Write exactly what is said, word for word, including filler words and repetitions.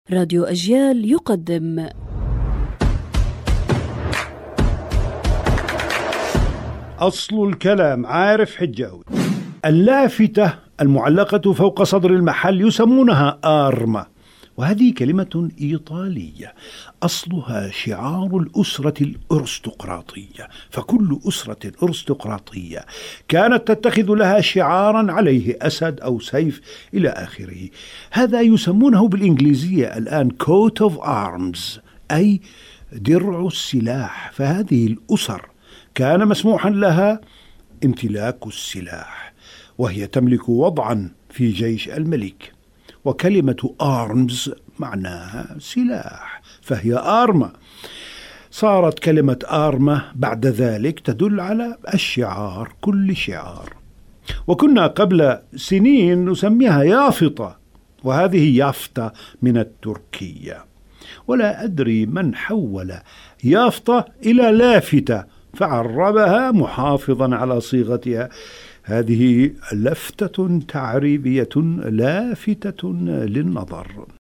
راديو أجيال يقدم أصل الكلام. عارف حجاوي. اللافتة المعلقة فوق صدر المحل يسمونها آرما، وهذه كلمة إيطالية أصلها شعار الأسرة الأرستقراطية، فكل أسرة أرستقراطية كانت تتخذ لها شعارا عليه أسد أو سيف إلى آخره. هذا يسمونه بالإنجليزية الآن coat of arms، أي درع السلاح. فهذه الأسر كان مسموحا لها امتلاك السلاح، وهي تملك وضعا في جيش الملك. وكلمة arms معناها سلاح، فهي آرما. صارت كلمة آرما بعد ذلك تدل على الشعار، كل شعار. وكنا قبل سنين نسميها يافطة، وهذه يافطة من التركية. ولا أدري من حول يافطة إلى لافتة فعربها محافظا على صيغتها. هذه لفتة تعريبية لافتة للنظر.